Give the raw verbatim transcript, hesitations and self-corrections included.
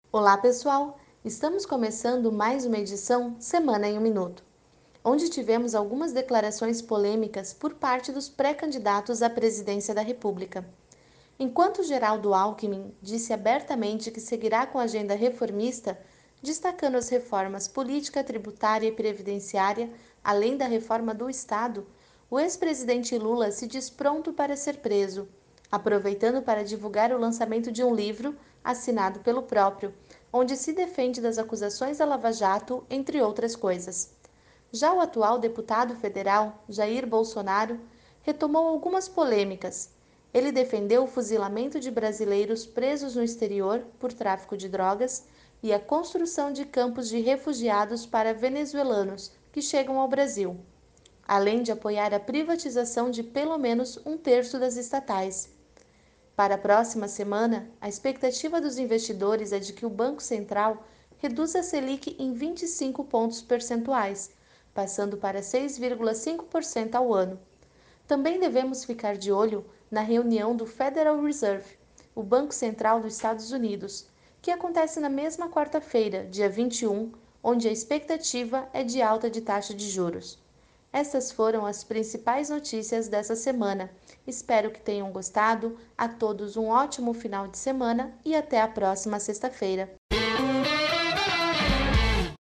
Olá, pessoal! Estamos começando mais uma edição Semana em um Minuto, onde tivemos algumas declarações polêmicas por parte dos pré-candidatos à presidência da República. Enquanto Geraldo Alckmin disse abertamente que seguirá com a agenda reformista, destacando as reformas política, tributária e previdenciária, além da reforma do Estado, o ex-presidente Lula se diz pronto para ser preso, aproveitando para divulgar o lançamento de um livro assinado pelo próprio, onde se defende das acusações da Lava Jato, entre outras coisas. Já o atual deputado federal, Jair Bolsonaro, retomou algumas polêmicas. Ele defendeu o fuzilamento de brasileiros presos no exterior por tráfico de drogas e a construção de campos de refugiados para venezuelanos que chegam ao Brasil, além de apoiar a privatização de pelo menos um terço das estatais. Para a próxima semana, a expectativa dos investidores é de que o Banco Central reduza a Selic em vinte e cinco pontos percentuais, passando para seis vírgula cinco por cento ao ano. Também devemos ficar de olho na reunião do Federal Reserve, o Banco Central dos Estados Unidos, que acontece na mesma quarta-feira, dia vinte e um, onde a expectativa é de alta de taxa de juros. Essas foram as principais notícias dessa semana. Espero que tenham gostado. A todos um ótimo final de semana e até a próxima sexta-feira.